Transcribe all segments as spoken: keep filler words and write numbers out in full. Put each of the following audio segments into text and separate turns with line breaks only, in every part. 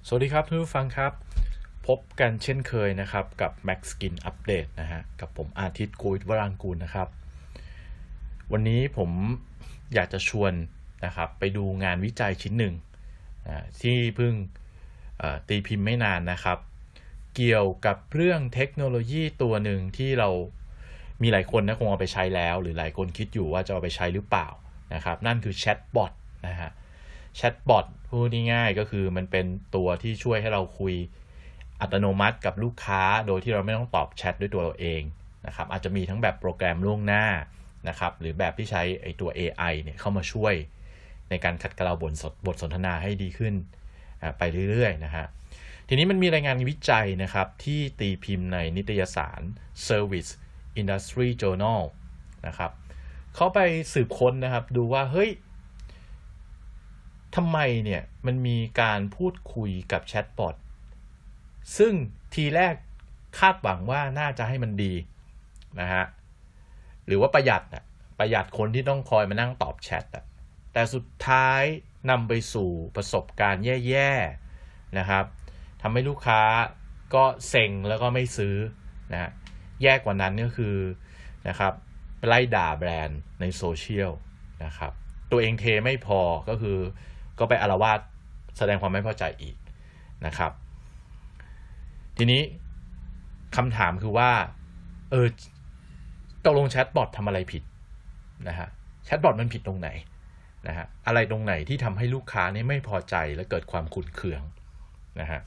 สวัสดีครับทุกผู้ฟังครับพบกันเช่นเคยนะครับกับ Max Skin Update นะฮะกับผมอาทิตย์โกวิทวรางกูลนะครับวันนี้ผมอยากจะชวนนะครับไปดูงานวิจัยชิ้นหนึ่งนะที่เพิ่งตีพิมพ์ไม่นานนะครับเกี่ยวกับเรื่องเทคโนโลยีตัวหนึ่งที่เรามีหลายคนนะคงเอาไปใช้แล้วหรือหลายคนคิดอยู่ว่าจะเอาไปใช้หรือเปล่านะครับนั่นคือแชทบอทนะฮะแชทบอทพูดง่ายๆก็คือมันเป็นตัวที่ช่วยให้เราคุยอัตโนมัติกับลูกค้าโดยที่เราไม่ต้องตอบแชทด้วยตัวเราเองนะครับอาจจะมีทั้งแบบโปรแกรมล่วงหน้านะครับหรือแบบที่ใช้ไอตัว เอ ไอ เนี่ยเข้ามาช่วยในการขัดเกลาบทสนบทสนทนาให้ดีขึ้นไปเรื่อยๆนะฮะทีนี้มันมีรายงานวิจัยนะครับที่ตีพิมพ์ในนิตยสาร Service Industry Journal นะครับเขาไปสืบค้นนะครับดูว่าเฮ้ยทำไมเนี่ยมันมีการพูดคุยกับแชทบอทซึ่งทีแรกคาดหวังว่าน่าจะให้มันดีนะฮะหรือว่าประหยัดอะประหยัดคนที่ต้องคอยมานั่งตอบแชทอะแต่สุดท้ายนำไปสู่ประสบการณ์แย่ๆนะครับทำให้ลูกค้าก็เซ็งแล้วก็ไม่ซื้อนะแย่กว่านั้นก็คือนะครับไล่ด่าแบรนด์ในโซเชียลนะครับตัวเองเทไม่พอก็คือก็ไปอาละวาดแสดงความไม่พอใจอีกนะครับทีนี้คำถามคือว่าเออตกลงแชทบอททำอะไรผิดนะฮะแชทบอทมันผิดตรงไหนนะฮะอะไรตรงไหนที่ทำให้ลูกค้านี่ไม่พอใจและเกิดความขุ่นเคืองนะฮะ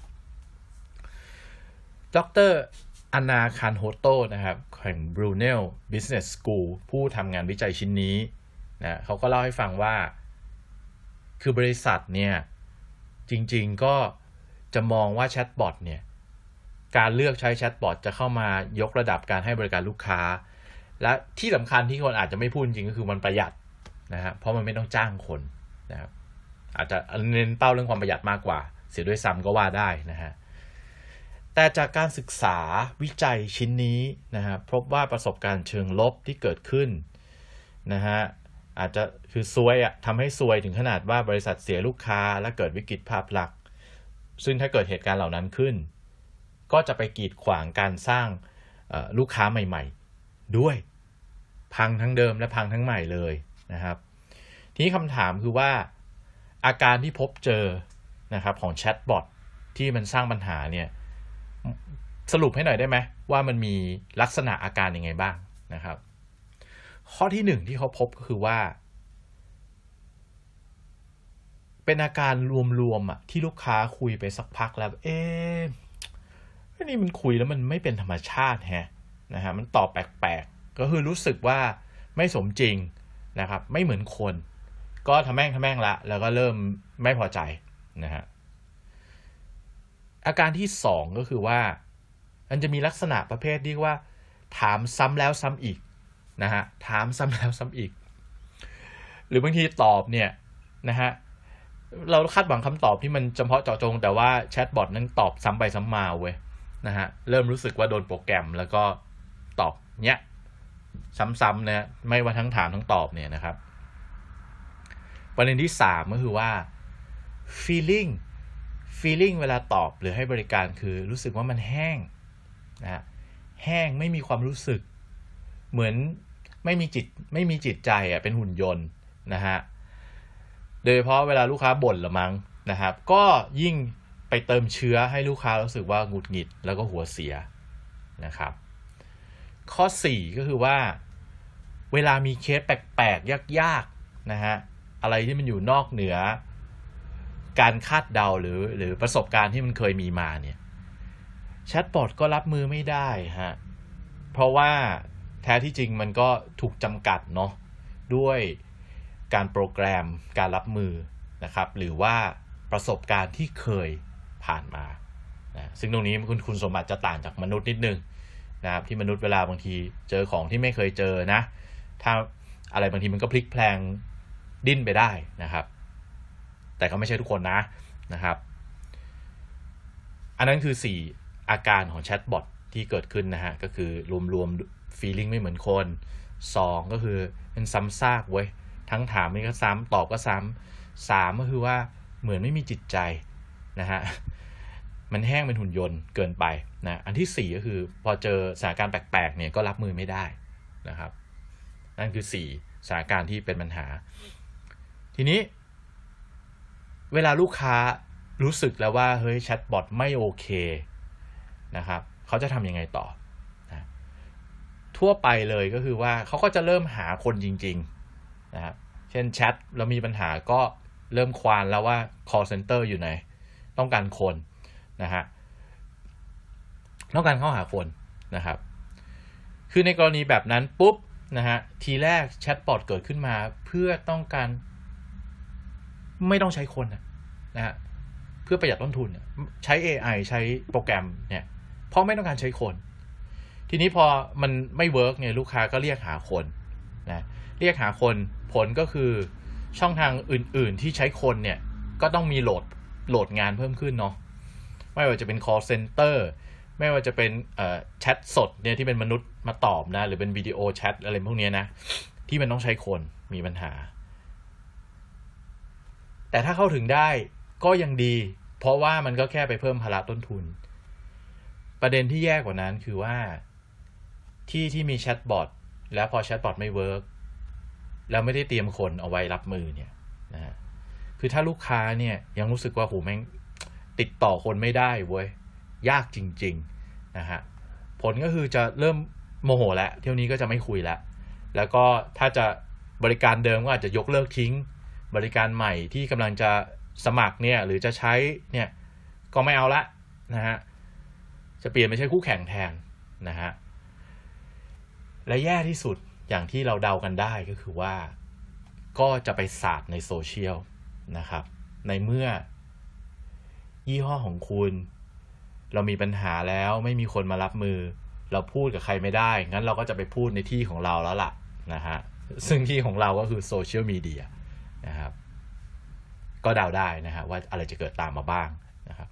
ดร.อานาคานโฮโตนะครับแห่ง Brunel Business School ผู้ทำงานวิจัยชิ้นนี้นะเขาก็เล่าให้ฟังว่าคือบริษัทเนี่ยจริงๆก็จะมองว่าแชทบอทเนี่ยการเลือกใช้แชทบอทจะเข้ามายกระดับการให้บริการลูกค้าและที่สำคัญที่คนอาจจะไม่พูดจริงก็คือมันประหยัดนะฮะเพราะมันไม่ต้องจ้างคนนะครับอาจจะเน้นเป้าเรื่องความประหยัดมากกว่าเสียด้วยซ้ำก็ว่าได้นะฮะแต่จากการศึกษาวิจัยชิ้นนี้นะฮะพบว่าประสบการณ์เชิงลบที่เกิดขึ้นนะฮะอาจจะคือซวยอ่ะทำให้ซวยถึงขนาดว่าบริษัทเสียลูกค้าและเกิดวิกฤตภาพลักษณ์ซึ่งถ้าเกิดเหตุการณ์เหล่านั้นขึ้นก็จะไปกีดขวางการสร้างลูกค้าใหม่ๆด้วยพังทั้งเดิมและพังทั้งใหม่เลยนะครับทีนี้คำถามคือว่าอาการที่พบเจอนะครับของแชทบอทที่มันสร้างปัญหาเนี่ยสรุปให้หน่อยได้ไหมว่ามันมีลักษณะอาการยังไงบ้างนะครับข้อที่หนึ่งที่เขาพบก็คือว่าเป็นอาการรวมๆอ่ะที่ลูกค้าคุยไปสักพักแล้วเอ๊ะนี่มันคุยแล้วมันไม่เป็นธรรมชาติแฮะนะฮะมันตอบแปลกๆก็คือรู้สึกว่าไม่สมจริงนะครับไม่เหมือนคนก็ทำแม่งทำแม่งละแล้วก็เริ่มไม่พอใจนะฮะอาการที่สองก็คือว่ามันจะมีลักษณะประเภทที่ว่าถามซ้ำแล้วซ้ำอีกนะฮะถามซ้ำแล้วซ้ำอีกหรือบางทีตอบเนี่ยนะฮะเราคาดหวังคำตอบที่มันเฉพาะเจาะจงแต่ว่าแชทบอทนั้นตอบซ้ำไปซ้ำมาเว้ยนะฮะเริ่มรู้สึกว่าโดนโปรแกรมแล้วก็ตอบเนี้ยซ้ำๆนะไม่ว่าทั้งถามทั้งตอบเนี่ยนะครับประเด็นที่สามก็คือว่า feeling feeling เวลาตอบหรือให้บริการคือรู้สึกว่ามันแห้งนะฮะแห้งไม่มีความรู้สึกเหมือนไม่มีจิตไม่มีจิตใจอ่ะเป็นหุ่นยนต์นะฮะโดยเฉพาะเวลาลูกค้าบ่นละมั้งนะครับก็ยิ่งไปเติมเชื้อให้ลูกค้ารู้สึกว่าหงุดหงิดแล้วก็หัวเสียนะครับข้อสี่ก็คือว่าเวลามีเคสแปลกๆยากๆนะฮะอะไรที่มันอยู่นอกเหนือการคาดเดาหรือหรือประสบการณ์ที่มันเคยมีมาเนี่ยแชทบอทก็รับมือไม่ได้ฮะเพราะว่าแท้ที่จริงมันก็ถูกจำกัดเนาะด้วยการโปรแกรมการรับมือนะครับหรือว่าประสบการณ์ที่เคยผ่านมานะซึ่งตรงนี้คุณคุณสมบัติจะต่างจากมนุษย์นิดนึงนะครับที่มนุษย์เวลาบางทีเจอของที่ไม่เคยเจอนะถ้าอะไรบางทีมันก็พลิกแพลงดิ้นไปได้นะครับแต่ก็ไม่ใช่ทุกคนนะนะครับอันนั้นคือสี่อาการของแชทบอทที่เกิดขึ้นนะฮะก็คือรวมๆ feeling ไม่เหมือนคนสองก็คือเป็นซ้ำซากเว้ยทั้งถามนี่ก็ซ้ำตอบก็ซ้ำสามก็คือว่าเหมือนไม่มีจิตใจนะฮะมันแห้งเป็นหุ่นยนต์เกินไปนะอันที่สี่ก็คือพอเจอสถานการณ์แปลกๆเนี่ยก็รับมือไม่ได้นะครับนั่นคือสี่สถานการณ์ที่เป็นปัญหาทีนี้เวลาลูกค้ารู้สึกแล้วว่าเฮ้ยแชทบอทไม่โอเคนะครับเขาจะทำยังไงต่อนะทั่วไปเลยก็คือว่าเขาก็จะเริ่มหาคนจริงๆนะครับเช่นแชทแล้วมีปัญหาก็เริ่มควานแล้วว่า call center อยู่ไหนต้องการคนนะฮะต้องการเข้าหาคนนะครับคือในกรณีแบบนั้นปุ๊บนะฮะทีแรกแชทบอทเกิดขึ้นมาเพื่อต้องการไม่ต้องใช้คนนะฮะเพื่อประหยัดต้นทุนใช้ เอ ไอ ใช้โปรแกรมเนี่ยเพราะไม่ต้องการใช้คนทีนี้พอมันไม่เวิร์กเนี่ยลูกค้าก็เรียกหาคนนะเรียกหาคนผลก็คือช่องทางอื่นๆที่ใช้คนเนี่ยก็ต้องมีโหลดโหลดงานเพิ่มขึ้นเนาะไม่ว่าจะเป็น call center ไม่ว่าจะเป็นแชทสดเนี่ยที่เป็นมนุษย์มาตอบนะหรือเป็นวิดีโอแชทอะไรพวกนี้นะที่มันต้องใช้คนมีปัญหาแต่ถ้าเข้าถึงได้ก็ยังดีเพราะว่ามันก็แค่ไปเพิ่มภาระต้นทุนประเด็นที่แย่กว่านั้นคือว่าที่ที่มีแชทบอทแล้วพอแชทบอทไม่เวิร์กแล้วไม่ได้เตรียมคนเอาไว้รับมือเนี่ยนะฮะคือถ้าลูกค้าเนี่ยยังรู้สึกว่าโหแม่งติดต่อคนไม่ได้เว้ยยากจริงๆนะฮะผลก็คือจะเริ่มโมโหแล้วเที่ยวนี้ก็จะไม่คุยแล้วแล้วก็ถ้าจะบริการเดิมก็อาจจะยกเลิกทิ้งบริการใหม่ที่กำลังจะสมัครเนี่ยหรือจะใช้เนี่ยก็ไม่เอาละนะฮะจะเปลี่ยนไปใช้คู่แข่งแทนนะฮะและแย่ที่สุดอย่างที่เราเดากันได้ก็คือว่าก็จะไปสาดในโซเชียลนะครับในเมื่อยี่ห้อของคุณเรามีปัญหาแล้วไม่มีคนมารับมือเราพูดกับใครไม่ได้งั้นเราก็จะไปพูดในที่ของเราแล้วล่ะนะฮะซึ่งที่ของเราก็คือโซเชียลมีเดียนะครับก็เดาได้นะฮะว่าอะไรจะเกิดตามมาบ้างนะครับ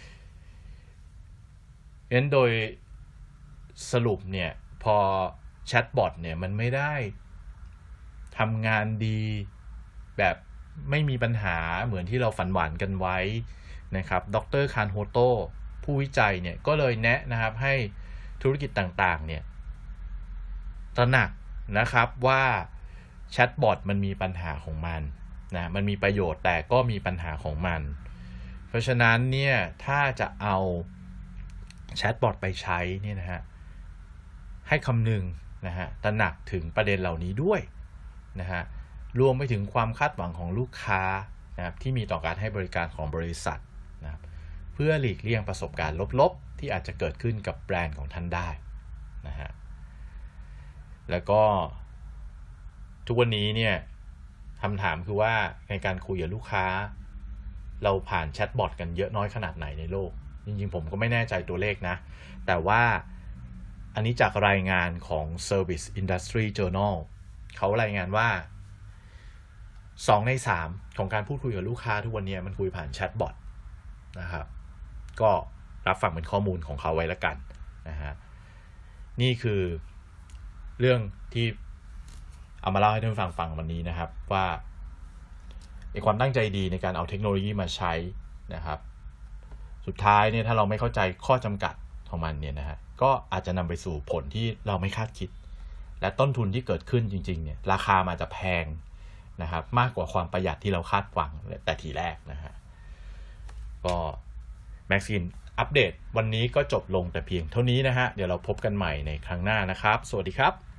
งั้นโดยสรุปเนี่ยพอแชทบอทเนี่ยมันไม่ได้ทำงานดีแบบไม่มีปัญหาเหมือนที่เราฝันหวานกันไว้นะครับดร.คานโฮโตผู้วิจัยเนี่ยก็เลยแนะนะครับให้ธุรกิจต่างๆเนี่ยตระหนักนะครับว่าแชทบอทมันมีปัญหาของมันนะมันมีประโยชน์แต่ก็มีปัญหาของมันเพราะฉะนั้นเนี่ยถ้าจะเอาแชทบอทไปใช้เนี่ยนะฮะให้คำนึงนะฮะตระหนักถึงประเด็นเหล่านี้ด้วยนะฮะรวมไปถึงความคาดหวังของลูกค้านะครับที่มีต่อการให้บริการของบริษัทนะครับเพื่อหลีกเลี่ยงประสบการณ์ลบๆที่อาจจะเกิดขึ้นกับแบรนด์ของท่านได้นะฮะแล้วก็ทุกวันนี้เนี่ยคำถามคือว่าในการคุยกับลูกค้าเราผ่านแชทบอทกันเยอะน้อยขนาดไหนในโลกจริงๆผมก็ไม่แน่ใจตัวเลขนะแต่ว่าอันนี้จากรายงานของ Service Industry Journal เขารายงานว่าสองในสามของการพูดคุยกับลูกค้าทุกวันนี้มันคุยผ่านแชทบอทนะครับก็รับฟังเป็นข้อมูลของเขาไว้แล้วกันนะฮะนี่คือเรื่องที่เอามาเล่าให้ท่านฟังฟังวันนี้นะครับว่าไอ้ความตั้งใจดีในการเอาเทคโนโลยีมาใช้นะครับสุดท้ายเนี่ยถ้าเราไม่เข้าใจข้อจำกัดของมันเนี่ยนะฮะก็อาจจะนำไปสู่ผลที่เราไม่คาดคิดและต้นทุนที่เกิดขึ้นจริงๆเนี่ยราคามันจะแพงนะครับมากกว่าความประหยัดที่เราคาดหวังแต่ทีแรกนะฮะก็แม็กซ์กินอัปเดตวันนี้ก็จบลงแต่เพียงเท่านี้นะฮะเดี๋ยวเราพบกันใหม่ในครั้งหน้านะครับสวัสดีครับ